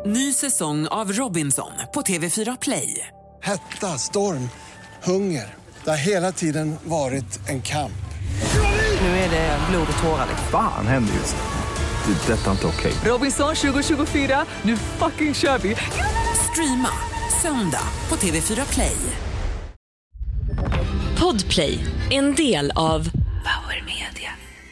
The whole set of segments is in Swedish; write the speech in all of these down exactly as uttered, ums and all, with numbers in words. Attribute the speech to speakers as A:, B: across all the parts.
A: Ny säsong av Robinson på T V fyra Play.
B: Hetta, storm, hunger. Det har hela tiden varit en kamp.
A: Nu är det blod och tårar.
C: Fan händer just det. Det är detta inte okej.
A: Robinson tjugo tjugofyra, nu fucking kör vi. Streama söndag på T V fyra Play.
D: Podplay, en del av Power Media.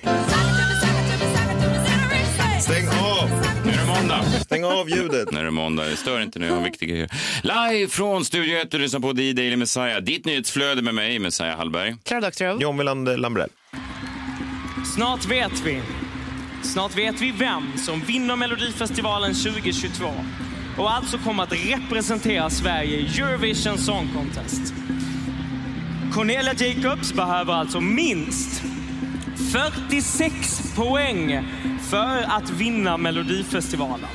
E: Stäng av!
F: Nu är det måndag.
E: Stäng av ljudet.
F: Nu är det måndag. Det stör inte nu. Jag har en viktig grej. Live från Studio ett. Du lyssnar på The Daily Messiah. Ditt nyhetsflöde med mig, Messiah Hallberg.
G: Klara Doktorov.
E: John Melander Lambrell.
H: Snart vet vi. Snart vet vi vem som vinner Melodifestivalen tjugo tjugotvå. Och alltså kommer att representera Sverige i Eurovision Song Contest. Cornelia Jacobs behöver alltså minst fyrtiosex poäng för att vinna Melodifestivalen.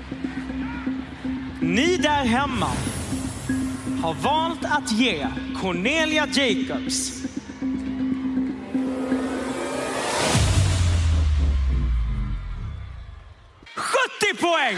H: Ni där hemma har valt att ge Cornelia Jacobs sjuttio poäng!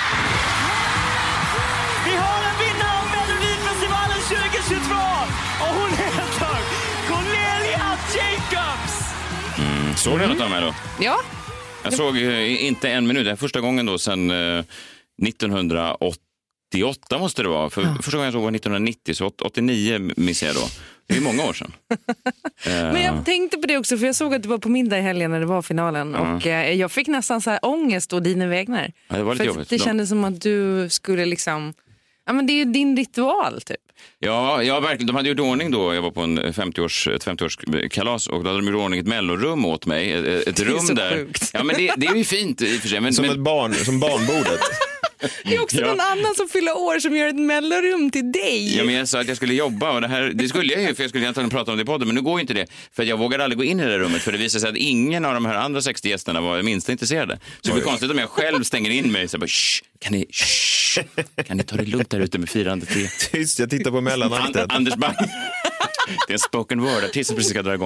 H: Vi har en vinnare av Melodifestivalen tjugo tjugotvå och hon heter Cornelia Jacobs!
F: Mm. Såg du något av mig då?
G: Ja.
F: Jag såg eh, inte en minut. Det är första gången då sedan eh, nittonhundraåttioåtta måste det vara. För ja. Första gången jag såg var nittonhundranittio, så åttionio missade jag då. Det är många år sedan.
G: Men jag tänkte på det också, för jag såg att det var på middag i helgen när det var finalen. Mm. Och eh, jag fick nästan så här ångest och dina vägnar.
F: Ja, det var lite
G: för
F: jobbigt.
G: Det kändes som att du skulle liksom... Ja, men det är ju din ritual typ.
F: Ja, ja, verkligen. De hade gjort ordning då. Jag var på en femtio-års, ett femtio-årskalas och då hade de gjort ordning ett mellorum åt mig. Ett, ett rum där. Sjukt. Ja, men det, det är ju fint i och för sig. Men,
E: som
F: men...
E: ett barn, som barnbordet.
G: Det är också ja. någon annan som fyller år som gör ett mellorum till dig.
F: Ja, men jag sa att jag skulle jobba och det här, det skulle jag ju, för jag skulle egentligen prata om det i podden, men nu går inte det. För jag vågar aldrig gå in i det där rummet, för det visar sig att ingen av de här andra sextio gästerna var minst intresserade. Så det blir konstigt om jag själv stänger in mig och säger bara, shh, kan ni, shh, kan ni ta det lugnt där ute med firande te?
E: Tyst, jag tittar på mellanakten.
F: And, Anders Bang. Det är en spoken word-artist som precis ska dra igång.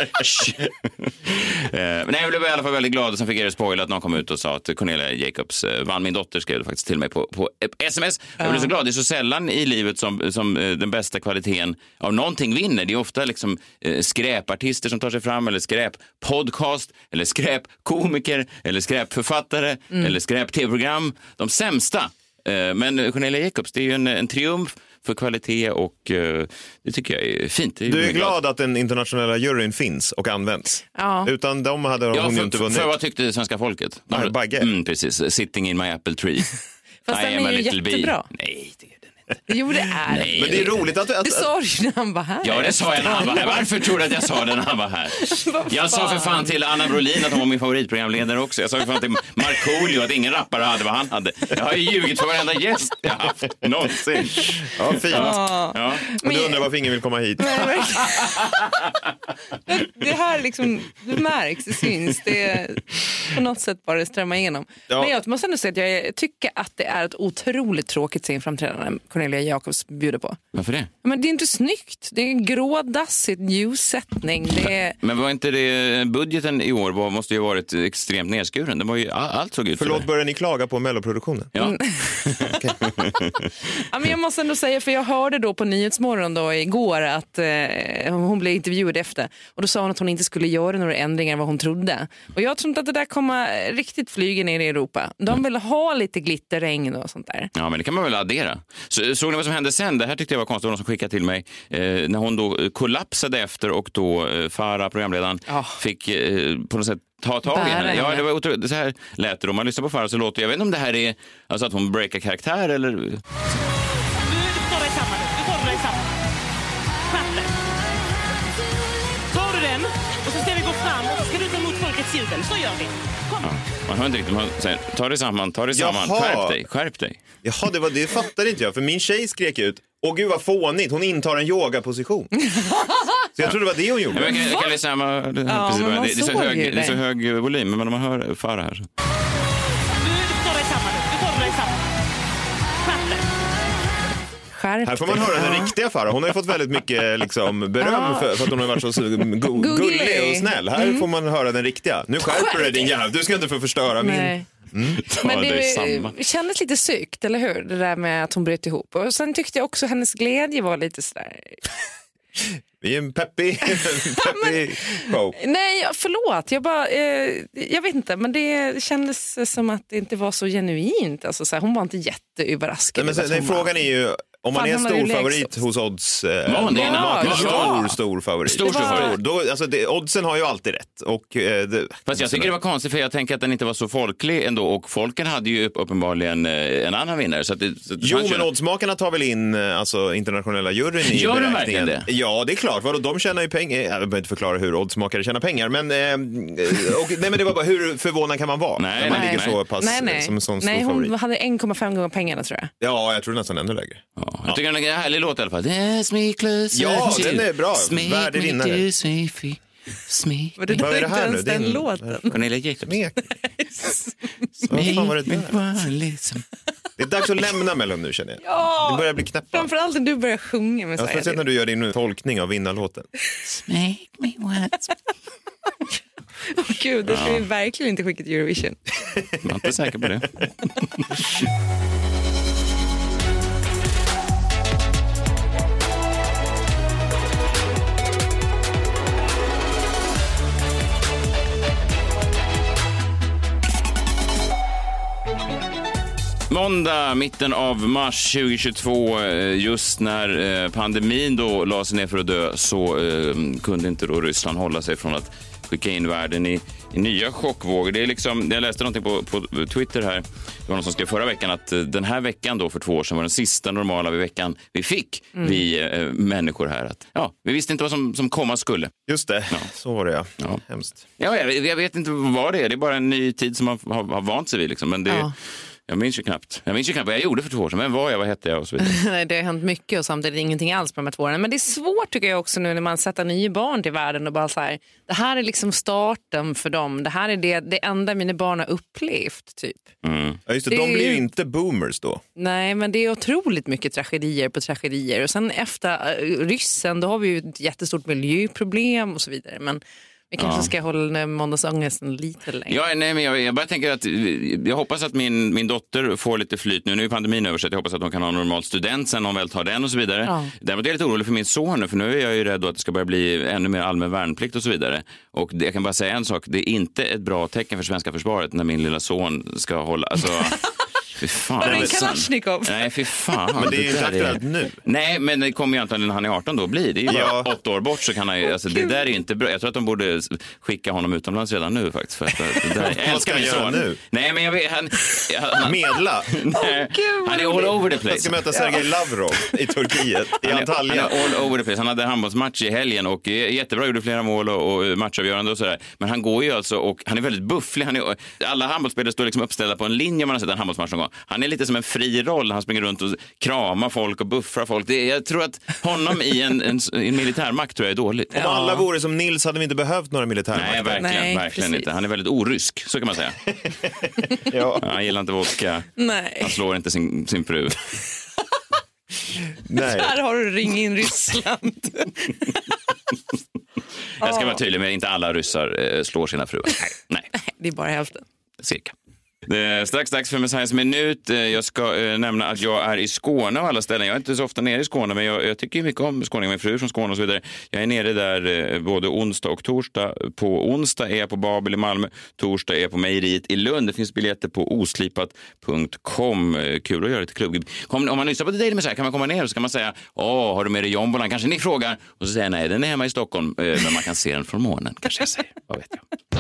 F: Men jag blev i alla fall väldigt glad och sen fick jag det spoila att någon kom ut och sa att Cornelia Jacobs vann. Min dotter skrev faktiskt till mig på, på sms. Jag blev så glad. Det är så sällan i livet som, som den bästa kvaliteten av någonting vinner. Det är ofta liksom skräpartister som tar sig fram, eller skräppodcast, eller skräpkomiker, eller skräpförfattare, mm. eller skräp-tv-program. De sämsta. Men Cornelia Jacobs, det är ju en, en triumf för kvalitet och uh, det tycker jag är fint. Är
E: du är glad,
F: glad
E: att den internationella juryn finns och används.
G: Ja.
E: Utan de hade de
F: ja,
E: hon
F: för,
E: ju inte vunnit.
F: För vad tyckte svenska folket?
E: De, Bagge.
F: Mm, precis. Sitting in my apple tree.
G: Fast
F: I
G: den är ju jättebra.
F: Bee. Nej, det är den inte.
G: Jo, det är
F: Nej,
E: men det är roligt att... att, att...
G: Det sa du när han var här.
F: Ja, det sa jag när han var här. Varför tror du att jag sa det när han var här? Jag sa för fan till Anna Brolin att hon var min favoritprogramledare också. Jag sa för fan till Markoolio att ingen rappare hade vad han hade. Jag har ju ljugit för varenda gäst jag har haft någonsin.
E: Ja, fint. Ja.
F: Ja.
E: Och du undrar varför ingen vill komma hit.
G: Det här liksom, det märks, det syns. Det är på något sätt bara strömma igenom. Ja. Men jag måste ändå säga att jag tycker att det är ett otroligt tråkigt scenframträdande Cornelia Jacobs bjuder på.
F: Varför det?
G: Men det är inte snyggt. Det är en grå, dassigt ljussättning. Det är...
F: Men var inte det budgeten i år var, måste ju ha varit extremt nedskuren. Det var ju, allt såg ut.
E: Förlåt, börjar ni klaga på melloproduktionen?
F: Ja.
G: Mm. Ja, men jag måste ändå säga, för jag hörde då på Nyhetsmorgon då igår att eh, hon blev intervjuad efter. Och då sa hon att hon inte skulle göra några ändringar än vad hon trodde. Och jag tror inte att det där kommer riktigt flyga ner i Europa. De vill ha lite glitterregn och sånt där.
F: Ja, men det kan man väl addera. Så, såg ni vad som hände sen? Det här tyckte jag var konstigt. Någon som skickade till mig. Eh, när hon då kollapsade efter och då eh, Farah, programledaren, oh. fick eh, på något sätt ta tag i henne. Ja, det var otroligt. Så här lät det. Om man lyssnar på Farah så låter jag vet inte om det här är alltså att hon breakar karaktär eller...
H: Du, du får dig samman nu. Du får dig samman. Skärp dig. Tar du den och så ska vi gå fram och så ska du ta emot folkets jubel. Så gör vi. Kom.
F: Ja, man hör inte riktigt. Man säger, ta dig samman, ta dig samman. Jaha. Skärp dig, skärp dig.
E: Jaha, det, var, det fattade inte jag. För min tjej skrek ut, åh gud vad fånigt, hon intar en yogaposition. Så jag trodde det var det hon gjorde.
F: Jag kan, jag kan läsa, man, det,
G: ja,
F: precis, det, det, är så hög,
G: det.
F: det är så hög volym, men man hör Farah här. Så.
H: Du, du får dig samman nu. Du får dig samman. Skärp dig.
G: skärp
E: Här får man
G: dig.
E: höra den
G: Ja.
E: riktiga Farah. Hon har ju fått väldigt mycket liksom, beröm
G: Ja.
E: för, för att hon har varit så go- gullig och snäll. Här
G: Mm.
E: får man höra den riktiga. Nu skärper du dig din jävel. Du ska inte få förstöra min...
G: Nej.
E: Mm.
G: Men
F: det är
G: det
F: samma.
G: kändes lite sykt, eller hur? Det där med att hon bröt ihop. Och sen tyckte jag också hennes glädje var lite sådär...
E: Vi är en peppig, peppig show.
G: Nej, förlåt. Jag bara, eh, jag vet inte, men det kändes som att det inte var så genuint. Alltså, så här, hon var inte jätteöverraskad.
E: Nej, men sen, nej, frågan är ju om man
G: Fan,
E: är en
G: han har ju
E: stor
G: lägst
E: favorit
G: upp.
E: hos odds. Eh,
F: Var det?
G: Ja,
E: ja, stor,
G: ja.
E: stor favorit.
F: Stor, stor
G: Det var-
F: favorit.
E: Då, alltså, det, oddsen har ju alltid rätt. Och, eh, det,
F: Fast jag tycker det var konstigt för jag tänker att den inte var så folklig ändå och folken hade ju upp, uppenbarligen eh, en annan vinnare. Så att det, så att det
E: Jo,
F: fanns ju-
E: men oddsmakarna tar väl in eh, alltså, internationella juryn i
F: Gör de
E: beräkningen.
F: verkligen det?
E: Ja, det är klart. Vadå, de tjänar ju pengar. Jag behöver inte förklara hur oddsmakare tjänar pengar. Men, eh, och, nej, men det var bara hur förvånad kan man vara
F: Nej,
E: när man
F: nej,
E: ligger
F: nej.
E: så pass
G: Nej, nej.
E: som en sån stor
G: Nej, hon
E: favorit.
G: hade en komma fem gånger pengarna, tror jag.
E: Ja, jag tror nästan ännu lägre.
F: Ja, jag tycker den är en härlig låt i alla fall. Yes, me closer
E: Ja,
F: to
E: den är bra.
F: Smake
E: Värdig
F: me
E: vinnare.
F: do sweet, smake
G: Var det,
E: Vad är det här nu?
G: inte ens
E: Det är
G: den
E: en-
G: låten?
F: Cornelia Jacobs.
E: Smek. Vad fan var det
F: Make me
E: där?
F: wanna listen.
E: Det är dags att lämna Mellon nu, känner jag.
G: Ja,
E: Det börjar bli knäppa.
G: framförallt när du börjar sjunga. Med
E: Jag ska se när du gör din tolkning av vinnarlåten.
F: Make me wanna...
G: Åh gud, det ska vi verkligen inte skicka till Eurovision.
F: Jag är inte säker på det. Måndag, mitten av mars tjugohundratjugotvå, eh, just när eh, pandemin då la sig ner för att dö, så eh, kunde inte då Ryssland hålla sig från att skicka in världen i, i nya chockvågor. Det är liksom, jag läste någonting på, på Twitter här, det var någon som skrev förra veckan att eh, den här veckan då för två år sedan var den sista normala veckan vi fick,
G: Mm.
F: vi eh, människor här. Att, ja, vi visste inte vad som, som komma skulle.
E: Just det, så var det ja.
F: Ja.
E: Hemskt.
F: Ja, jag, jag vet inte vad det är, det är bara en ny tid som man har, har vant sig vid liksom. Men det,
G: Ja.
F: jag minns ju knappt. Jag minns ju knappt vad jag gjorde för två år sedan. Vem var jag, vad hette jag och så vidare.
G: Nej, det har hänt mycket och samtidigt ingenting alls på de här två åren. Men det är svårt tycker jag också nu när man sätter nya barn till världen och bara så här, det här är liksom starten för dem. Det här är det, det enda mina barn har upplevt typ.
F: Mm.
E: Ja, just det,
G: Det
E: de
G: är
E: blir ju
G: ju-
E: inte boomers då.
G: Nej, men det är otroligt mycket tragedier på tragedier. Och sen efter uh, ryssen, då har vi ju ett jättestort miljöproblem och så vidare. Men vi kanske
F: Ja.
G: ska hålla måndagsångesten lite längre.
F: Ja, nej, men jag, jag bara tänker att jag hoppas att min, min dotter får lite flyt nu. Nu är pandemin över så att jag hoppas att de kan ha en normal student sen om väl tar den och så vidare.
G: Ja.
F: Däremot är jag lite orolig för min son nu, för nu är jag ju rädd då att det ska börja bli ännu mer allmän värnplikt och så vidare. Och det, jag kan bara säga en sak, det är inte ett bra tecken för svenska försvaret när min lilla son ska hålla, alltså... Fy fan.
G: Var det en
F: alltså.
G: Kalashnikov?
F: Nej, fy fan.
E: Men det är ju inte
F: där
E: aktuellt nu.
F: Nej, men det kommer ju antagligen när han är arton då bli. Det är ju bara
E: Ja.
F: åtta år bort så kan han ju, alltså, det där är ju inte bra. Jag tror att de borde skicka honom utomlands redan nu faktiskt. För att det där, jag
E: Vad ska
F: älskar
E: han
F: min
E: göra
F: son.
E: nu?
F: Nej, men jag vet, han... han
E: Medla.
F: nej, han är all over the
E: Han
F: place.
E: ska möta Sergej Lavrov i Turkiet, i
F: Han är, han
E: Antalya.
F: är all over the place. Han hade handbollsmatch i helgen och är jättebra, gjorde flera mål och, och matchavgörande och sådär. Men han går ju alltså och han är väldigt bufflig. Han är, alla handbollsspelare står liksom uppställda på en linje om man har sett en handbollsmatch någon gång. Han är lite som en fri roll. Han springer runt och kramar folk och buffrar folk. Det är, jag tror att honom i en, en, en militärmakt tror jag är dåligt.
E: Om alla vore som Nils hade vi inte behövt några militärmakter.
F: Nej, verkligen,
G: Nej,
F: verkligen
G: precis.
F: inte. Han är väldigt orysk, så kan man säga.
E: Ja.
F: Han gillar inte vodka.
G: Nej.
F: Han slår inte sin, sin fru.
E: Nej.
G: Här har du Ring in Ryssland.
F: Jag ska vara tydlig med att inte alla ryssar eh, slår sina fruar. Nej.
G: Det är bara hälften.
F: Cirka. Det är strax dags för Messiahs minut. Jag ska eh, nämna att jag är i Skåne av alla ställen. Jag är inte så ofta nere i Skåne, men jag, jag tycker mycket om Skåne. Min fru är från Skåne och så vidare. Jag är nere där eh, både onsdag och torsdag. På onsdag är jag på Babel i Malmö. Torsdag är jag på Mejeriet i Lund. Det finns biljetter på oslipat punkt com. Eh, Kul att göra lite klubb. Kom, om man lyssnar på det Daily Messiah kan man komma ner och så kan man säga, åh, har du med dig jombolan? Kanske ni frågar. Och så säger jag, nej, den är hemma i Stockholm. Eh, men man kan se den från månen, kanske jag säger. Vad vet jag.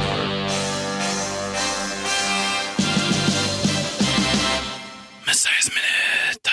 F: Messiahs minut.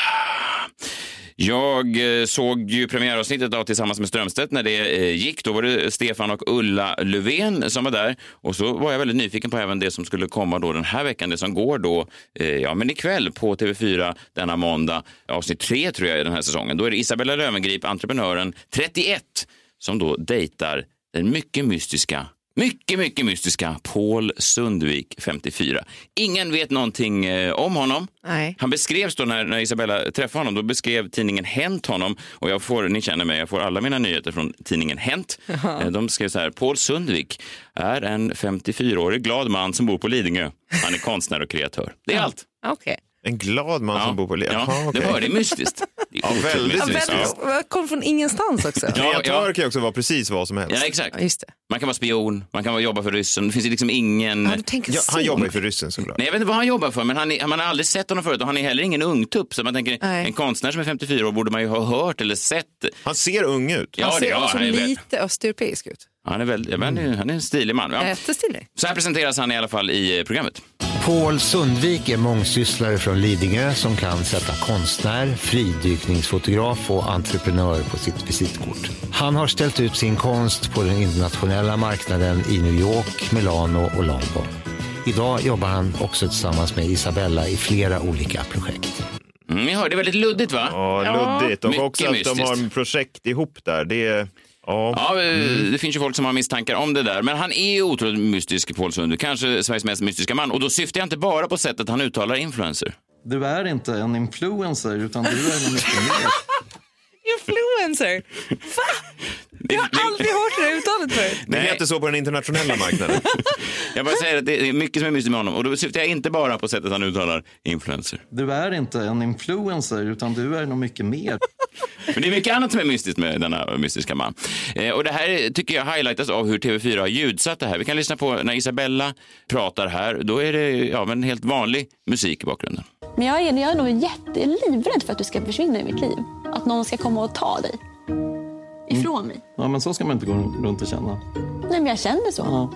F: Jag eh, såg ju premiäravsnittet då, tillsammans med Strömstedt när det eh, gick. Då var det Stefan och Ulla Löfven som var där. Och så var jag väldigt nyfiken på även det som skulle komma då den här veckan. Det som går då, eh, ja men ikväll på T V fyra denna måndag. Avsnitt tre tror jag i den här säsongen. Då är det Isabella Löwengrip, entreprenören trettioett, som då dejtar den mycket mystiska Mycket, mycket mystiska Paul Sundvik, femtiofyra. Ingen vet någonting eh, om honom.
G: Nej.
F: Han beskrevs då när, när Isabella träffade honom, då beskrev tidningen Hänt honom. Och jag får, ni känner mig, jag får alla mina nyheter från tidningen Hänt. Eh, de skrev så här: Paul Sundvik är en femtiofyraårig glad man som bor på Lidingö. Han är konstnär och kreatör. Det är
G: Ja.
F: allt.
G: Okej. Okay.
E: En glad man
F: Ja.
E: som bor på Lidingö.
F: Ja,
E: okay.
F: det var det är mystiskt. Det är
E: Ja, väldigt
G: Ja,
F: mystiskt.
G: väldigt, ja. Kom från ingenstans också.
E: Kreatör kan ju också vara precis vad som helst.
F: Ja, exakt.
G: Ja, just det.
F: Man kan vara spion, man kan vara jobba för ryssen. Det finns liksom ingen...
G: Ja, du tänker
E: Ja,
G: så.
E: han jobbar ju för ryssen såklart.
F: Nej, jag vet inte vad han jobbar för, men han är, man har aldrig sett honom förut och han är heller ingen ungtupp. Så man tänker,
G: Nej.
F: en konstnär som är femtiofyra år borde man ju ha hört eller sett.
E: Han ser ung ut.
F: Ja,
G: Han
F: det
G: ser
F: gör
G: också
F: han. Är väl-
G: lite östeuropeisk ut.
F: Han är, väl, han är, han är en stilig man. Ja.
G: Jättestilig.
F: Så här presenteras han i alla fall i eh, programmet.
I: Paul Sundvik är mångsysslare från Lidingö som kan sätta konstnär, fridykningsfotograf och entreprenör på sitt visitkort. Han har ställt ut sin konst på den internationella marknaden i New York, Milano och London. Idag jobbar han också tillsammans med Isabella i flera olika projekt.
F: Mm, jag hör, det är väldigt luddigt, va?
E: Ja, luddigt. Och
F: Mycket
E: också att de har
F: mystiskt.
E: projekt ihop där. Det är... Ja.
F: Ja, det finns ju folk som har misstankar om det där. Men han är ju otroligt mystisk, Paul Sundvik. Kanske Sveriges mest mystiska man. Och då syftar jag inte bara på sättet han uttalar influencer.
J: Du är inte en influencer, utan du är en mycket mer.
G: Influencer? Va? Jag har aldrig hört det här uttalet förut.
E: Det heter så på den internationella marknaden.
F: Jag bara säger att det är mycket som är mystiskt med honom. Och då syftar jag inte bara på sättet han uttalar influencer.
J: Du är inte en influencer, utan du är nog mycket mer.
F: Men det är mycket annat som är mystiskt med denna mystiska man. Eh, och det här tycker jag highlightas av hur T V fyra har ljudsatt det här. Vi kan lyssna på när Isabella pratar här. Då är det ja, men helt vanlig musik i bakgrunden.
K: Men jag är, jag är nog jättelivrädd för att du ska försvinna i mitt liv. Att någon ska komma och ta dig ifrån mig.
J: Ja, men så ska man inte gå runt och känna.
K: Nej, men jag känner så.
J: Ja.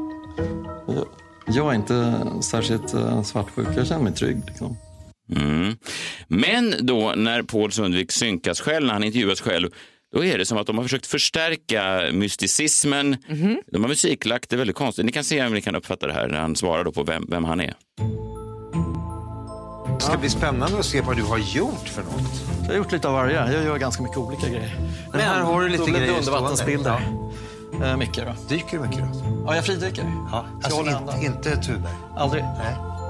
J: Jag, jag är inte särskilt uh, svartsjuk. Jag känner mig trygg. Liksom.
F: Mm. Men då när Paul Sundvik synkas själv, när han intervjuas själv, då är det som att de har försökt förstärka mysticismen. Mm-hmm. De har musiklagt det väldigt konstigt. Ni kan se om ni kan uppfatta det här när han svarar då på vem, vem han är.
I: Det ska bli spännande att se vad du har gjort för något.
J: Jag har gjort lite av varje. Jag gör ganska mycket olika grejer.
I: Men här har du lite
J: då blir det
I: grejer
J: undervattensbilder. Ja. Uh, mycket då.
I: Dyker du mycket då?
J: Ja, jag fridyker.
I: Ja,
J: Ska
I: alltså
J: hålla
I: in,
J: andan.
I: inte tuber?
J: Aldrig.
I: Nej.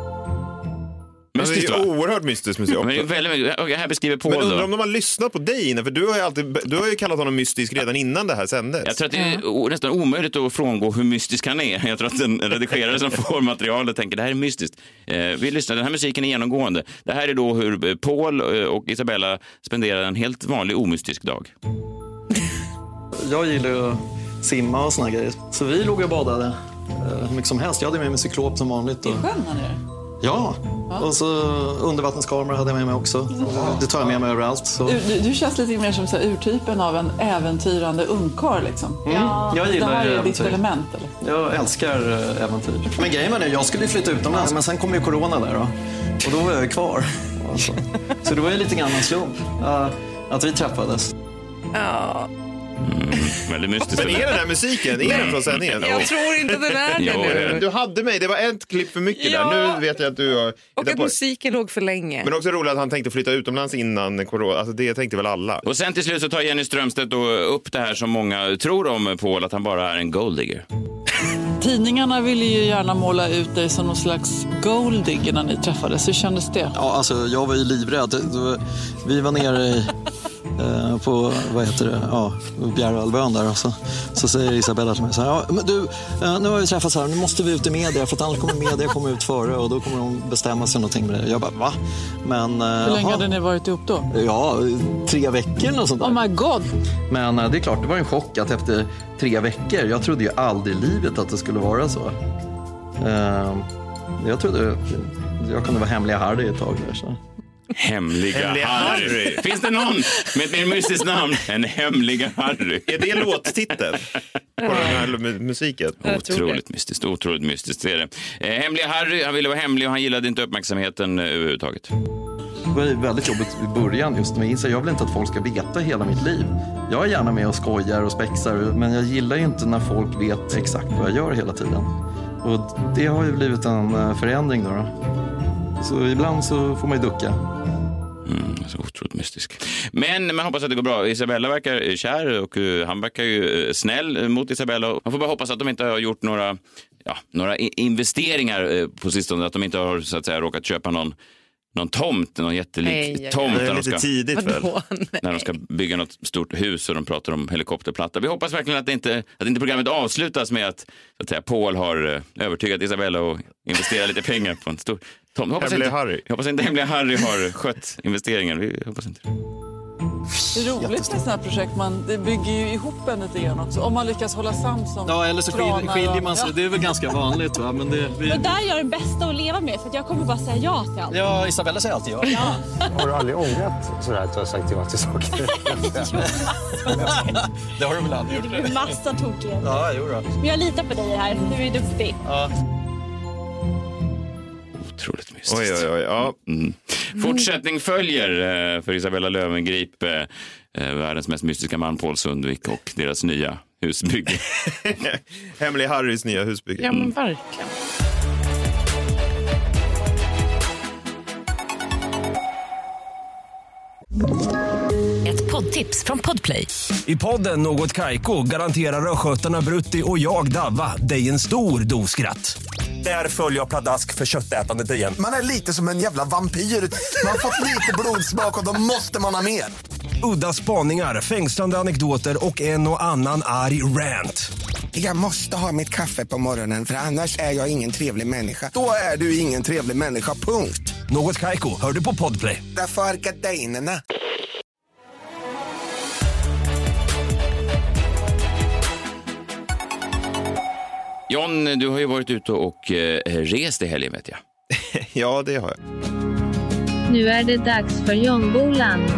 E: Men det är ju oerhört mystiskt musik.
F: Men det är väldigt mycket. Okay, här beskriver Paul
E: Men undrar
F: då.
E: om de har lyssnat på dig innan, för du har ju, alltid, du har ju kallat honom mystisk redan innan det här sändes.
F: Jag tror att det är o- nästan omöjligt att frångå hur mystisk han är. Jag tror att en redigerare som får materialet tänker det här är mystiskt. Eh, vi lyssnar, den här musiken är genomgående. Det här är då hur Paul och Isabella spenderar en helt vanlig omystisk dag.
J: Jag gillar ju att simma och såna grejer. Så vi låg och badade uh, hur mycket som helst. Jag hade med mig cyklop som vanligt. Och...
L: I sjön han är?
J: Ja, och så undervattenskamera hade jag med mig också. Det tar jag med mig överallt. Så.
L: Du, du, du känns lite mer som så här, urtypen av en äventyrande ungkarl liksom.
J: Mm. Ja, jag gillar
L: det här är
J: äventyr.
L: ditt element eller?
J: Jag älskar äh, äventyr. Men grejen var det, jag skulle flytta utomlands, men sen kom ju corona där då. Och då var jag kvar. Alltså. Så det var ju lite grann en slump uh, att vi träffades.
G: Ja.
F: Mm, väldigt mystiskt.
E: Men är den här musiken, är den från sändningen?
G: Jag tror inte den är det nu.
E: Du hade mig, det var ett klipp för mycket
G: Ja.
E: där. Nu vet jag att du har...
G: Och att musiken låg för länge.
E: Men också roligt att han tänkte flytta utomlands innan corona. Alltså det tänkte väl alla.
F: Och sen till slut så tar Jenny Strömstedt då upp det här som många tror om Paul, att han bara är en golddigger.
L: Tidningarna ville ju gärna måla ut dig som någon slags golddigger när ni träffades. Hur kändes det?
J: Ja, alltså jag var ju livrädd. Vi var nere i, eh, på, vad heter det, ja, Bjärvalbön där. Och så, så säger Isabella till mig så här, ja, men du, eh, nu har vi träffats här, nu måste vi ut i media för att annars kommer media komma ut före och då kommer de bestämma sig någonting med det. Jag bara, va? Men, eh,
L: Hur länge
J: aha.
L: hade ni varit ihop då?
J: Ja, tre veckor och sånt där.
L: Oh my god!
J: Men eh, det är klart, det var en chock att efter tre veckor, jag trodde ju aldrig i livet att det skulle vara så. Eh, jag trodde jag kunde vara hemliga Harry ett tag där så.
F: Hemliga,
E: Hemliga
F: Harry.
E: Harry.
F: Finns det någon med ett mer mystiskt namn än Hemliga Harry?
E: Är det låttiteln på den här mu- musiken?
F: Otroligt mystiskt, otroligt mystiskt är det. Eh, Hemliga Harry, han ville vara hemlig och han gillade inte uppmärksamheten eh, överhuvudtaget.
J: Det var väldigt jobbigt i början just med inser jag vill inte att folk ska veta hela mitt liv. Jag är gärna med och skojar och spexar, men jag gillar ju inte när folk vet exakt vad jag gör hela tiden. Och det har ju blivit en förändring då. då. Så ibland så får man ju ducka.
F: Mm, så otroligt mystisk. Men man hoppas att det går bra. Isabella verkar kär och uh, han verkar ju uh, snäll mot Isabella. Man får bara hoppas att de inte har gjort några, ja, några investeringar uh, på sistone. Att de inte har så att säga råkat köpa någon Någon tomt, någon jättelik nej, nej, tomt.
E: Det är
F: där
E: lite
F: de ska,
E: tidigt väl?
F: När de ska bygga något stort hus och de pratar om helikopterplatta. Vi hoppas verkligen att, det inte, att inte programmet avslutas med att, så att säga, Paul har övertygat Isabella att investera lite pengar på en stor tomt. Hoppas
E: Hemliga
F: inte,
E: Harry.
F: hoppas inte Hemliga Harry har skött investeringen. Vi hoppas inte.
L: Det är roligt med sådana här projekt. Man, det bygger ju ihop en lite grann också. Om man lyckas hålla sams om
J: ja, eller så skiljer, skiljer man sig. Ja. Det är väl ganska vanligt, va? Men, det, vi...
K: Men där är jag det bästa att leva med. För att jag kommer bara säga ja till allt.
J: Ja, Isabella säger alltid ja.
K: ja.
I: Har du aldrig ångrat sådär att du har sagt ja till saker?
J: Det har du väl aldrig gjort?
K: Det blir massa tokigheter.
J: Ja, jo då.
K: Men jag litar på dig här. Du är duktig.
J: Ja.
F: Otroligt mystiskt.
E: Oj, oj, oj, ja.
F: Mm. Fortsättning följer eh, för Isabella Löwengrip, eh, världens mest mystiska man Paul Sundvik och deras nya husbygge.
E: Hemlig Harrys nya husbygge.
G: Ja, men verkligen.
D: Ett poddtips från Podplay.
M: I podden Något Kaiko garanterar röskötarna Brutti och jag Davva dig en stor doskratt. Där följer jag pladask för köttätandet igen.
N: Man är lite som en jävla vampyr. Man har fått lite blodsmak och då måste man ha mer.
M: Udda spaningar, fängslande anekdoter och en och annan arg rant.
N: Jag måste ha mitt kaffe på morgonen för annars är jag ingen trevlig människa. Då är du ingen trevlig människa, punkt.
M: Något Kaiko, hör du på Podplay.
N: Därför är gardinerna.
F: John, du har ju varit ute och eh, rest i helgen, vet jag.
E: Ja, det har jag.
O: Nu är det dags för John-bolan.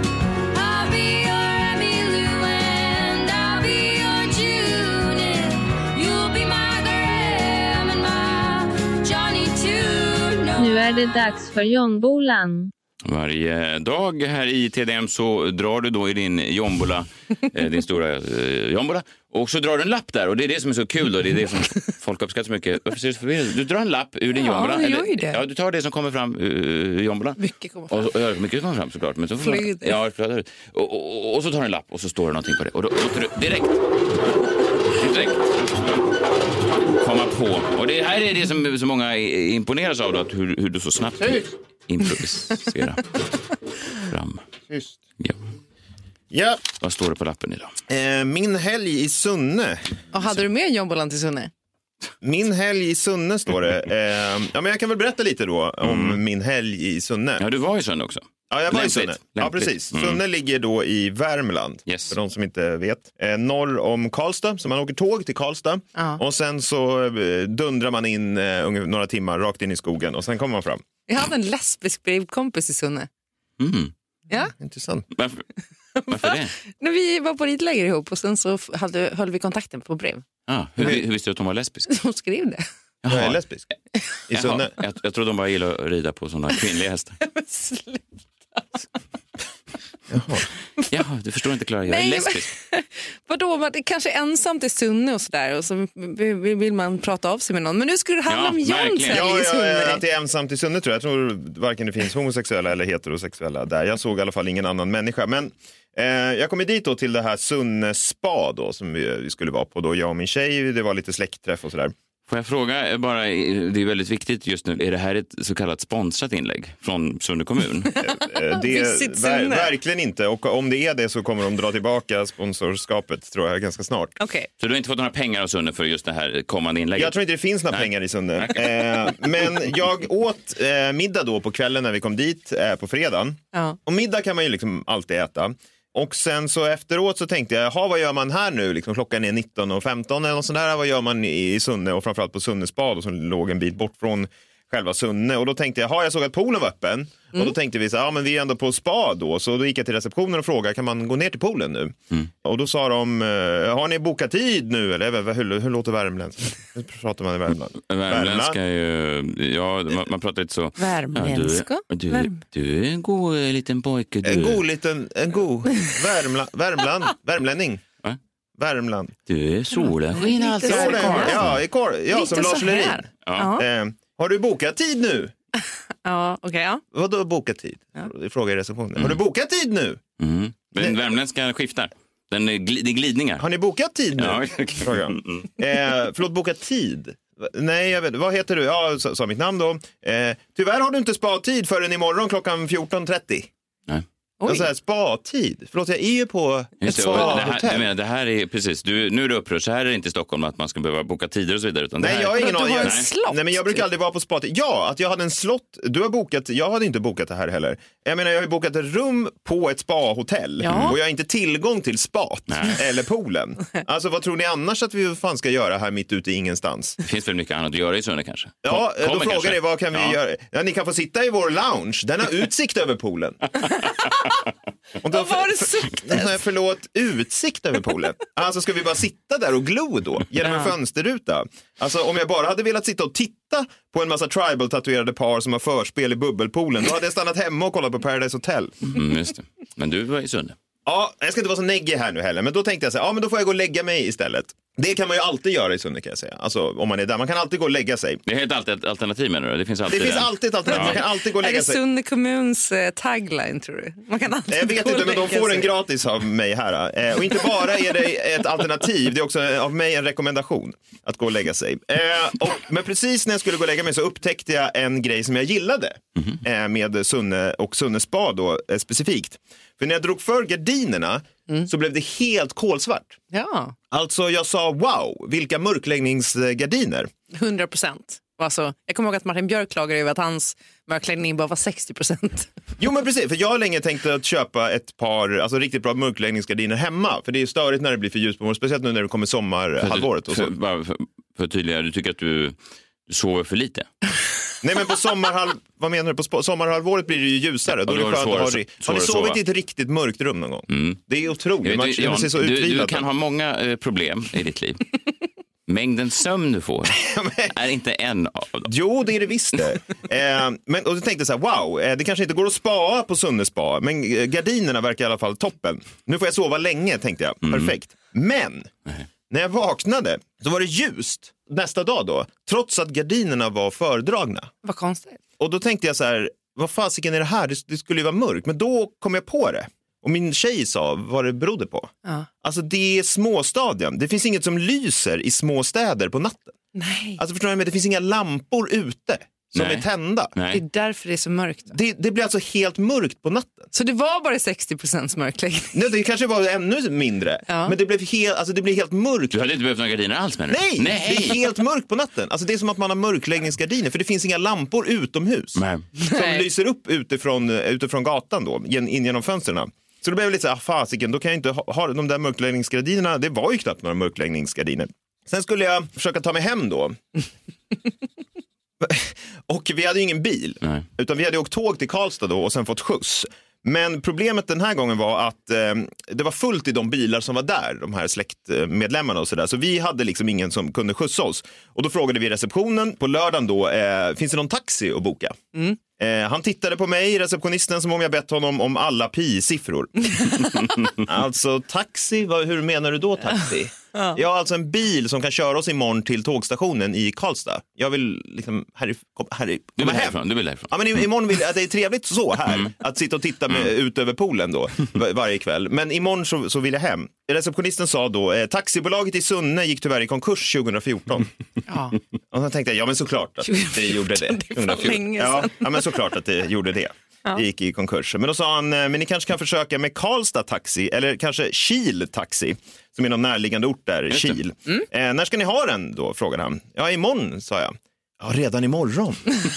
O: Nu är det dags för John-bolan.
F: Varje dag här i T D M så drar du då i din jombola, eh, din stora eh, jombola, och så drar du en lapp där, och det är det som är så kul då, det är det som folk uppskattar så mycket. Varför ser du så förvirrad? Du drar en lapp ur din
G: ja,
F: jombola.
G: Ja,
F: eller,
G: det.
F: Ja, du tar det som kommer fram ur uh, jombolan.
G: Mycket kommer fram.
F: Och, och, ja, mycket kommer fram såklart. Men så får man, ja, och, och, och, och så tar du en lapp och så står det någonting på det. Och då låter du direkt, direkt komma på. Och det här är det som så många imponeras av då, att hur, hur du så snabbt improvisera fram.
E: Just.
F: Ja.
E: Ja.
F: Vad står det på lappen idag?
E: Eh, min helg i Sunne.
G: Och hade du med jombolan till Sunne?
E: Min helg i Sunne står det. Eh, ja, men jag kan väl berätta lite då om mm. min helg i Sunne.
F: Ja, du var i Sunne också.
E: Ja, jag var Lämpligt. i Sunne. Ja, precis. Mm. Sunne ligger då i Värmland, yes. för de som inte vet. Eh, norr om Karlstad, så man åker tåg till Karlstad. Ja. Och sen så eh, dundrar man in eh, några timmar rakt in i skogen och sen kommer man fram.
G: Jag hade en lesbisk brevkompis i Sunne.
F: Mm.
G: Ja.
E: Intressant.
F: Varför, varför det?
G: När vi var på ritläger ihop och sen så hade, höll vi kontakten på brev.
F: Ah, hur, hur visste du att hon var lesbisk?
G: Hon skrev det.
E: Jaha. Jag är lesbisk. I Sunne.
F: Jag, jag tror de bara gillar att rida på sådana kvinnliga hästar.
G: Men sluta.
F: Jaha. Jaha, du förstår inte, Klara. Jag är lesbisk.
G: Men, vadå, man, det är kanske ensamt i Sunne och sådär, och så vill man prata av sig med någon. Men nu skulle det handla ja, om Jons här
E: ja,
G: i Sunne.
E: Ja, att det är ensamt i Sunne tror jag. Jag tror varken det finns homosexuella eller heterosexuella där. Jag såg i alla fall ingen annan människa. Men eh, jag kom dit då till det här Sunne spa då, som vi, vi skulle vara på då, jag och min tjej. Det var lite släktträff och sådär.
F: Får jag fråga bara, det är väldigt viktigt just nu, är det här ett så kallat sponsrat inlägg från Sunne kommun?
E: Det är ver- verkligen inte, och om det är det så kommer de dra tillbaka sponsorskapet tror jag ganska snart.
G: Okay.
F: Så du har inte fått några pengar av Sunne för just det här kommande inlägget?
E: Jag tror inte det finns några Nej. pengar i Sunne. eh, men jag åt eh, middag då på kvällen när vi kom dit eh, på fredagen. Ja. Och middag kan man ju liksom alltid äta. Och sen så efteråt så tänkte jag, jaha, vad gör man här nu? Liksom, klockan är nitton och femton eller något sånt där. Vad gör man i Sunne, och framförallt på Sunne spa då, som låg en bit bort från själva Sunne. Och då tänkte jag, jaha, jag såg att poolen var öppen. Mm. Och då tänkte vi så här, ja men vi är ändå på spa då. Så då gick jag till receptionen och frågade, kan man gå ner till poolen nu? Mm. Och då sa de, har ni bokat tid nu? Eller hur, hur låter värmländska? Hur pratar man i Värmland?
F: Värmländska är ju, ja man, man pratar inte så.
G: Värmländska?
F: Ja, du, du, du är en god liten pojke. Du.
E: En god liten, en god Värmland, Värmland, värmlänning. Va? Värmland.
F: Du är solen.
E: Solen, ja, i kor, ja, som Lars Lerin. Ja. Eh, har du bokat tid nu
G: Ja, okej. Okay, ja.
E: Vadå boka tid? Ja. Fråga i receptionen. Mm. Har du bokat tid nu?
F: Mm. Den värmländska skiftar. Den är gl- det är glidningar.
E: Har ni bokat tid nu?
F: Ja,
E: fråga. Mm. Eh, förlåt, bokat tid? Nej, jag vet. Vad heter du? Ja, sa, sa mitt namn då. Eh, tyvärr har du inte spa-tid förrän imorgon klockan fjorton trettio.
F: Nej.
E: Så här, spa-tid. Förlåt, jag är ju på ett spa-hotell.
F: Det, det här är precis, du, nu är det upprört. Så här är det inte i Stockholm att man ska behöva boka tider och så vidare. Utan
E: nej,
F: det här...
E: jag har ingen aning.
G: Jag,
E: nej. nej, men jag brukar aldrig vara på spa-tid. Ja, att jag hade en slott. Du har bokat, jag hade inte bokat det här heller. Jag menar, jag har ju bokat ett rum på ett spa-hotell. Ja. Och jag har inte tillgång till spat nej. Eller poolen. Alltså, vad tror ni annars att vi fan ska göra här mitt ute i ingenstans?
F: Det finns väl mycket annat att göra i Sunne kanske?
E: Ja,
F: Kom,
E: då frågar ni vad kan vi
F: ja.
E: göra? Ja, ni kan få sitta i vår lounge. Den har utsikt över poolen. Och
G: vad var det för...
E: Förlåt, utsikt över poolen. Alltså ska vi bara sitta där och glo då genom en fönsterruta? Alltså om jag bara hade velat sitta och titta på en massa tribal-tatuerade par som har förspel i bubbelpoolen, då hade jag stannat hemma och kollat på Paradise Hotel.
F: Mm, just det. Men du var i Sunne.
E: Ja, jag ska inte vara så neggig här nu heller, men då tänkte jag så här, ja men då får jag gå och lägga mig istället. Det kan man ju alltid göra i Sunne kan jag säga. Alltså om man är där, man kan alltid gå och lägga sig.
F: Det är helt alltid ett alternativ menar du? Det finns alltid,
E: det finns alltid ett alternativ, ja. Man kan alltid gå och lägga sig.
G: Är det Sunne kommuns eh, tagline tror du? Man kan alltid
E: jag vet inte, men de får en gratis av mig här. Eh, och inte bara är det ett alternativ, det är också av mig en rekommendation att gå och lägga sig. Eh, och, men precis när jag skulle gå och lägga mig så upptäckte jag en grej som jag gillade mm-hmm. eh, med Sunne och Sunne Spa då eh, specifikt. För när jag drog för gardinerna mm. så blev det helt kolsvart.
G: Ja.
E: Alltså jag sa wow, vilka mörkläggningsgardiner.
G: hundra procent. Alltså, jag kommer ihåg att Martin Björk klagade över att hans mörkläggning bara var sextio procent.
E: Jo men precis, för jag har länge tänkt att köpa ett par alltså, riktigt bra mörkläggningsgardiner hemma. För det är störigt när det blir för ljus på morgonen, speciellt nu när det kommer sommarhalvåret. Och så.
F: För, för, för, för tydligare, du tycker att du sover för lite?
E: Nej men på sommarhalv... Vad menar du? På sommarhalvåret blir det ju ljusare. Då är det skönt att ha... Har ni sovit i ett riktigt mörkt rum någon gång? Mm. Det är otroligt. Man känner sig så utvilad.
F: Du, du kan ha många eh, problem i ditt liv. Mängden sömn du får är inte en av dem.
E: Jo, det är det visst det. eh, men, och du tänkte så här, wow, eh, det kanske inte går att spara på Sunne Spa, men eh, gardinerna verkar i alla fall toppen. Nu får jag sova länge, tänkte jag. Mm. Perfekt. Men, nej. När jag vaknade så var det ljust nästa dag då, trots att gardinerna var fördragna.
G: Vad konstigt.
E: Och då tänkte jag så här, vad fasiken är det här? Det, det skulle ju vara mörkt. Men då kom jag på det. Och min tjej sa vad det berodde på. Ja. Alltså det är småstadion. Det finns inget som lyser i små städer på natten.
G: Nej.
E: Alltså förstår du, men det finns inga lampor ute som Nej. är tända.
G: Nej. Det är därför det är så mörkt.
E: Det, det blir alltså helt mörkt på natten.
G: Så det var bara sextio procent mörkläggning?
E: Nej, det kanske var ännu mindre. Ja. Men det blev, helt, alltså det blev helt mörkt.
F: Du hade inte behövt några gardiner alls med det?
E: Nej, Nej, det är helt mörkt på natten. Alltså det är som att man har mörkläggningsgardiner. För det finns inga lampor utomhus. Nej. Som Nej. lyser upp utifrån, utifrån gatan då, in genom fönstren. Så det blev lite så här, fasiken, då kan jag inte ha, ha de där mörkläggningsgardinerna. Det var ju knappt några mörkläggningsgardiner. Sen skulle jag försöka ta mig hem då. Och vi hade ju ingen bil. Nej. Utan vi hade åkt tåg till Karlstad då och sen fått skjuts. Men problemet den här gången var att eh, det var fullt i de bilar som var där, de här släktmedlemmarna och sådär. Så vi hade liksom ingen som kunde skjutsa oss. Och då frågade vi receptionen på lördagen då, eh, finns det någon taxi att boka? Mm. Eh, han tittade på mig, receptionisten, som om jag bett honom om alla pi-siffror. Alltså taxi, vad, hur menar du då taxi? Ja. Jag har alltså en bil som kan köra oss imorgon till tågstationen i Karlstad. Jag vill liksom, här, kom, här,
F: du vill
E: hem.
F: Härifrån, du vill härifrån.
E: Ja, men imorgon vill jag, att det är trevligt så här, mm. att sitta och titta med, ut över poolen då, var, varje kväll. Men imorgon så, så vill jag hem. Receptionisten sa då, eh, taxibolaget i Sunne gick tyvärr i konkurs tjugo fjorton. Ja. Och då tänkte jag, ja men såklart att det gjorde det.
G: det
E: ja, ja, men såklart att det gjorde det. Ja. Det gick i konkurs. Men då sa han, men ni kanske kan försöka med Karlstad Taxi eller kanske Kil Taxi, som är någon närliggande ort där, Kil. Mm. Eh, när ska ni ha den då, frågade han. Ja, imorgon, sa jag. Ja, redan imorgon.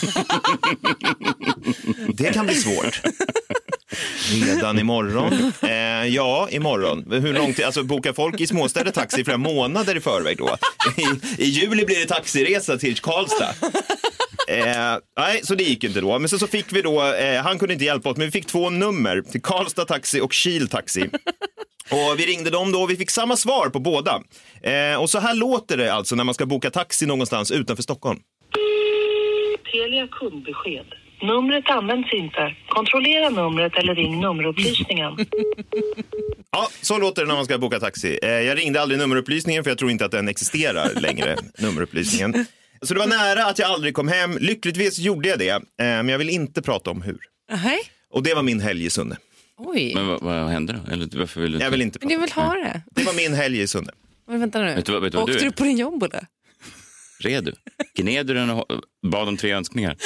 E: Det kan bli svårt. Redan imorgon? Eh, ja, imorgon. Hur långt, alltså bokar folk i småstäder taxi flera månader i förväg då? I, i juli blir det taxiresa till Karlstad. Eh, nej, så det gick inte då. Men så, så fick vi då, eh, han kunde inte hjälpa oss, men vi fick två nummer till Karlstad Taxi och Kil Taxi. Och vi ringde dem då och vi fick samma svar på båda. Eh, och så här låter det alltså när man ska boka taxi någonstans utanför Stockholm.
P: Telia kundbesked. Numret används inte. Kontrollera numret eller ring nummerupplysningen.
E: Ja, så låter det när man ska boka taxi. Eh, jag ringde aldrig nummerupplysningen för jag tror inte att den existerar längre, nummerupplysningen. Så det var nära att jag aldrig kom hem. Lyckligtvis gjorde jag det, eh, men jag vill inte prata om hur.
G: Nej.
E: Och det var min helg i Sunne.
G: Oj.
F: Men vad, vad hände då? Eller varför vill du inte?
E: Jag vill inte
G: Men du vill ha det.
E: Det var min helg i Sunne.
G: Men vänta nu.
F: Vet du vad- vet du vad
G: Åkte
F: du
G: du
F: är?
G: på din jobb eller?
F: Red du? Gned du den och bad om tre önskningar?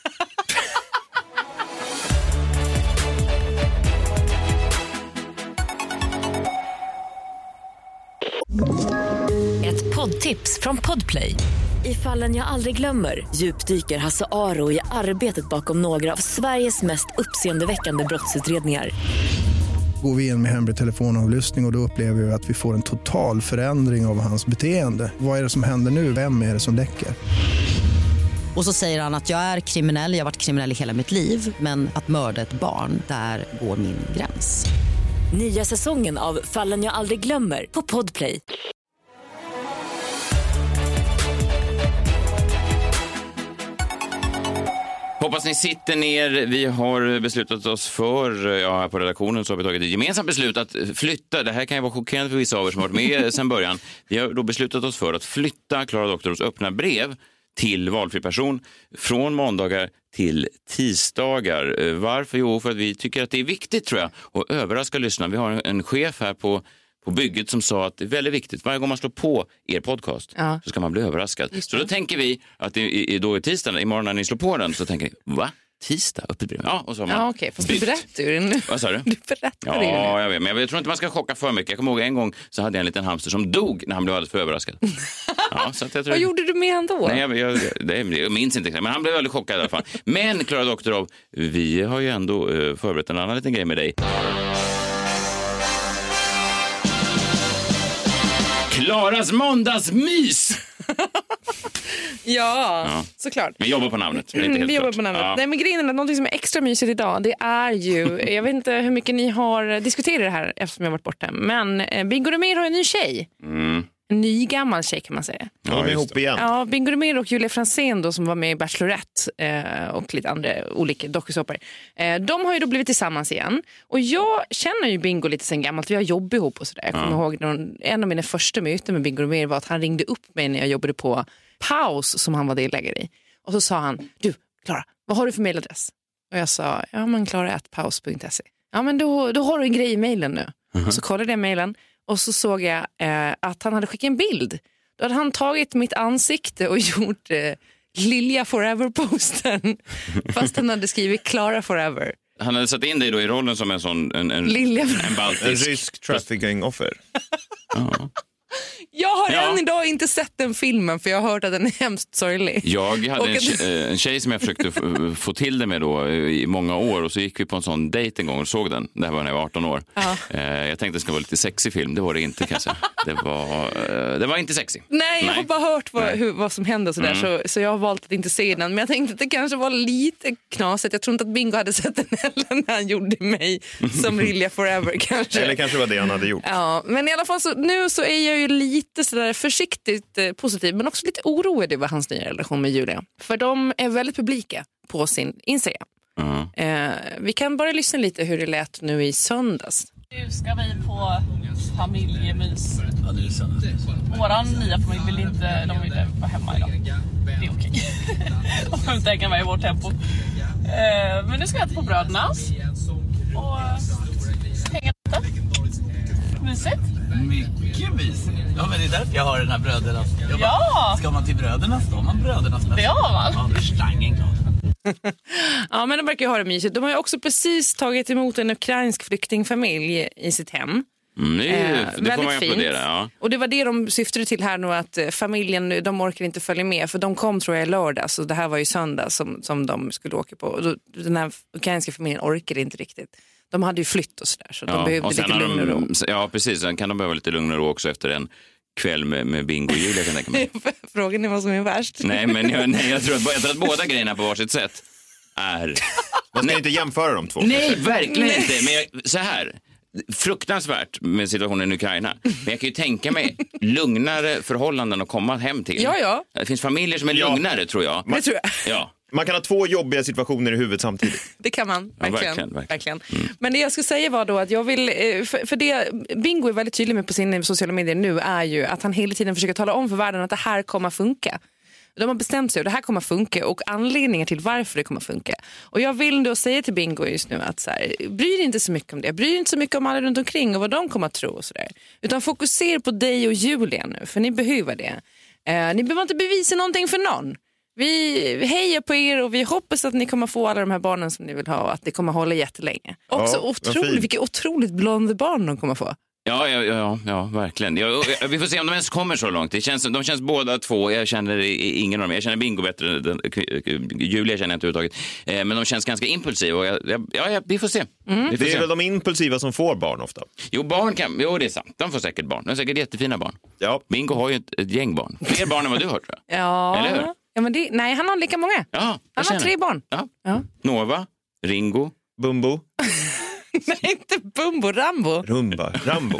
D: Ett poddtips från Podplay. I Fallen jag aldrig glömmer djupdyker Hasse Aro i arbetet bakom några av Sveriges mest uppseendeväckande brottsutredningar.
Q: Går vi in med hemlig telefonavlyssning och, och då upplever vi att vi får en total förändring av hans beteende. Vad är det som händer nu? Vem är det som läcker?
R: Och så säger han att jag är kriminell, jag har varit kriminell i hela mitt liv. Men att mörda ett barn, där går min gräns.
D: Nya säsongen av Fallen jag aldrig glömmer på Podplay.
F: Hoppas ni sitter ner. Vi har beslutat oss för, ja, här på redaktionen så har vi tagit ett gemensamt beslut att flytta. Det här kan ju vara chockerande för vissa av er som har varit med sedan början. Vi har då beslutat oss för att flytta Klara Doktors öppna brev till valfri person från måndagar till tisdagar. Varför? Jo, för att vi tycker att det är viktigt, tror jag, och överraska lyssnarna. Vi har en chef här på på bygget som sa att det är väldigt viktigt. Varje gång man slår på er podcast
G: ja.
F: så ska man bli överraskad. Så då tänker vi att det är då är tisdagen, imorgon när ni slår på den så tänker ni, va? Tisdag? Öppet brev? Ja, och så har man
G: Ja, okej. Fast du berättar ju nu.
F: Vad sa du?
G: Du berättar
F: ja,
G: ju nu.
F: Ja, jag vet. Men jag tror inte man ska chocka för mycket. Jag kommer ihåg en gång så hade jag en liten hamster som dog när han blev alldeles för överraskad. Ja, så att jag tror...
G: Vad gjorde du med han då?
F: Nej, jag, jag, det, jag minns inte exakt, men han blev väldigt chockad i alla fall. Men Klara Doktorov, vi har ju ändå uh, förberett en annan liten grej med dig. Klaras måndagsmys!
G: Ja,
F: ja,
G: såklart.
F: Vi jobbar på namnet. Men inte
G: Mm,
F: helt
G: vi jobbar
F: klart.
G: på namnet.
F: Ja.
G: Nej, men grejen är att något som är extra mysigt idag, det är ju, jag vet inte hur mycket ni har diskuterat det här eftersom jag har varit borta, men eh, Bingo Rimér har en ny tjej.
F: Mm.
G: En ny gammal tjej kan man säga.
E: Ja, de är ihop igen.
G: Ja, Bingo Rimér och Julia Franzén då, som var med i Bachelorette eh, och lite andra olika dokusåpor. Eh, de har ju då blivit tillsammans igen. Och jag känner ju Bingo lite sen gammalt. Vi har jobb ihop och sådär. Jag kommer
F: Ja.
G: ihåg någon, en av mina första möten med Bingo Rimér var att han ringde upp mig när jag jobbade på Paus som han var delägare i. Och så sa han, du Klara, vad har du för mailadress? Och jag sa, ja men klara at paus punkt se. Ja men då, då har du en grej i mailen nu.
F: Mm-hmm.
G: Och så kollade jag mailen och så såg jag eh, att han hade skickat en bild. Då hade han tagit mitt ansikte och gjort eh, Lilja Forever-posten. Fast han hade skrivit Klara Forever.
F: Han hade satt in dig då i rollen som en sån en, en,
G: Lilja.
F: en baltisk.
E: En rysk trafficking-offer.
F: Ja.
G: Jag har
F: Ja.
G: än idag inte sett den filmen för jag har hört att den är hemskt sorglig.
F: Jag hade
G: Och
F: en,
G: att-
F: tjej, en tjej som jag försökte f- få till det med då i många år och så gick vi på en sån dejt en gång och såg den. Det här var när jag var arton år.
G: Ja.
F: Eh, jag tänkte det skulle vara lite sexig film, det var det inte kan jag säga. Det var, eh, det var inte sexig.
G: Nej, jag
F: Nej.
G: har bara hört vad, hur, vad som hände och sådär,
F: Mm.
G: så, så jag har valt att inte se den. Men jag tänkte att det kanske var lite knasigt. Jag tror inte att Bingo hade sett den heller när han gjorde mig som Lilja Forever kanske.
E: Eller kanske var det han hade gjort.
G: Ja, men i alla fall så nu så är jag ju lite sådär försiktigt eh, positiv men också lite orolig över hans nya relation med Julia. För de är väldigt publika på sin Instagram.
F: Mm.
G: Eh, vi kan bara lyssna lite hur det lät nu i söndags.
S: Nu ska vi på familjemys.
T: Ja, det är sant.
S: Våran nya familj vill inte, de vill vara hemma idag. Det är okej. De får inte hänga med i vårt tempo. Eh, men nu ska jag äta på Brödernas. Och hänga lite. Mysigt.
T: Mycket mysigt. Ja, men det är därför jag har den här brödernas. Jag bara,
S: Ja!
T: Ska man till brödernas då? Har man brödernas bästa?
S: Det har man.
T: Ja, det är stangen glad.
G: Ja, men de verkar ju ha det mysigt. De har ju också precis tagit emot en ukrainsk flyktingfamilj i sitt hem.
F: Mm, det, är,
G: Eh,
F: det får
G: väldigt
F: man ju
G: fint.
F: applådera. Ja.
G: Och det var det de syftade till här nu, att eh, familjen, de orkar inte följa med för de kom tror jag i lördag, så det här var ju söndag som, som de skulle åka på. Och då, den här ukrainska familjen orkade inte riktigt. De hade ju flytt och sådär så de behövde
F: och sen
G: lite
F: har
G: lugn och ro.
F: de, ja, precis. Sen kan de behöva lite lugn och ro också efter en kväll med, med Bingo och Julia, kan jag tänka mig.
G: Frågan är vad som är värst.
F: Nej, men jag, nej, jag, tror att, jag tror att båda grejerna på varsitt sätt är...
E: Man ska inte jämföra de två.
F: Nej, verkligen inte. Men jag, så här, fruktansvärt med situationen i Ukraina. Men jag kan ju tänka mig lugnare förhållanden att komma hem till.
G: Ja, ja.
F: Det finns familjer som är
E: Ja.
F: lugnare, tror jag.
G: Det tror jag.
F: Ja.
E: Man kan ha två jobbiga situationer i huvudet samtidigt.
G: Det kan man,
F: Ja,
G: verkligen.
F: verkligen,
G: verkligen.
F: verkligen.
G: Men det jag skulle säga var då att jag vill, eh, för, för det Bingo är väldigt tydlig med på sina sociala medier nu är ju att han hela tiden försöker tala om för världen att det här kommer funka. De har bestämt sig och det här kommer att funka och anledningar till varför det kommer att funka. Och jag vill då säga till Bingo just nu att så här, bry dig inte så mycket om det. Bry dig inte så mycket om alla runt omkring och vad de kommer att tro och sådär. Utan fokusera på dig och Julia nu, för ni behöver det. Eh, ni behöver inte bevisa någonting för någon. Vi hejar på er och vi hoppas att ni kommer få alla de här barnen som ni vill ha och att det kommer hålla jättelänge. Också ja, otroligt, vilka otroligt blonda barn de kommer få.
F: Ja, ja, ja, ja verkligen. Ja, vi får se om de ens kommer så långt. Det känns, de känns båda två. Jag känner ingen av dem. Jag känner Bingo bättre. Julia känner jag inte överhuvudtaget. Men de känns ganska impulsiva. Och jag, jag, ja, vi får se.
E: Mm.
F: Vi får
E: det är
F: se.
E: väl de impulsiva som får barn ofta?
F: Jo, barn kan, jo, det är sant. De får säkert barn. De är säkert jättefina barn.
E: Ja.
F: Bingo har ju ett, ett gäng barn. Fler barn än vad du har, tror jag.
G: Ja.
F: Eller hur?
G: Ja, men det, nej, han har lika många.
F: Ja,
G: han har tre barn.
F: Ja.
G: Ja.
F: Nova, Ringo,
E: Bumbo.
G: Nej, inte Bumbo, Rambo.
E: Rumba, Rambo.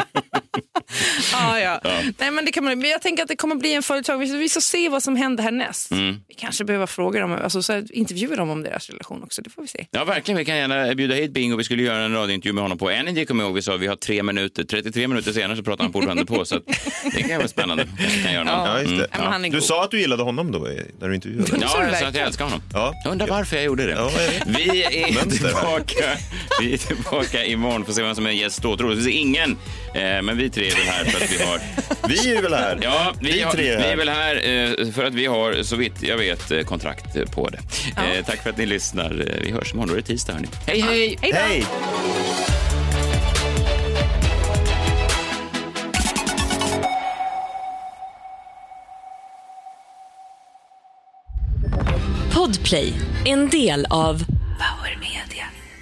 G: ah, ja. ja. Nej, men det kan man, men jag tänker att det kommer bli en företag. Vi ska se vad som händer härnäst. Mm. Vi kanske behöver fråga dem, alltså så här, intervjua dem om deras relation också. Det får vi se.
F: Ja, verkligen. Vi kan gärna bjuda hit Bingo. Vi skulle göra en radiointervju med honom på Energy. Kommer ihåg, vi sa att vi har tre minuter. trettiotre minuter senare så pratar han fortfarande på. Så att det kan vara spännande. Kanske kan göra något.
E: Ja, just det.
F: Mm.
E: Ja. Du sa att du gillade honom då när du intervjuade.
F: Ja, jag sa att jag älskar honom. Ja. Jag undrar varför jag gjorde det. Ja, jag vi är tillbaka. Vi är tillbaka imorgon. Får se vem som är gäst då. Troligtvis ingen. Eh, men vi tre är väl här för att vi har...
E: Vi är väl här.
F: Ja, vi,
E: vi,
F: har,
E: tre är,
F: vi är väl här eh, för att vi har, så vitt jag vet, kontrakt på det. Ja. Eh, tack för att ni lyssnar. Vi hörs imorgon. Då är det tisdag, hörni. Hej, hej!
G: Hej!
E: Hej.
D: Podplay, en del av Power Media.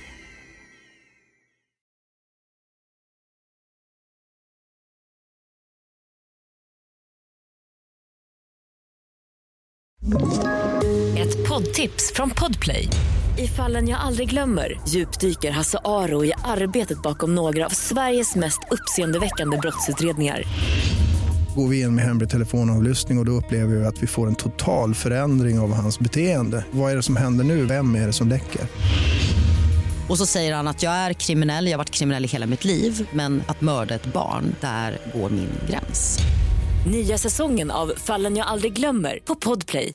D: Ett poddtips från Podplay. I Fallen jag aldrig glömmer djupdyker Hasse Aro i arbetet bakom några av Sveriges mest uppseendeväckande brottsutredningar.
Q: Går vi in med hemlig telefonavlyssning och, och då upplever vi att vi får en total förändring av hans beteende. Vad är det som händer nu? Vem är det som läcker?
R: Och så säger han att jag är kriminell, jag har varit kriminell i hela mitt liv. Men att mörda ett barn, där går min gräns.
D: Nya säsongen av Fallen jag aldrig glömmer på Podplay.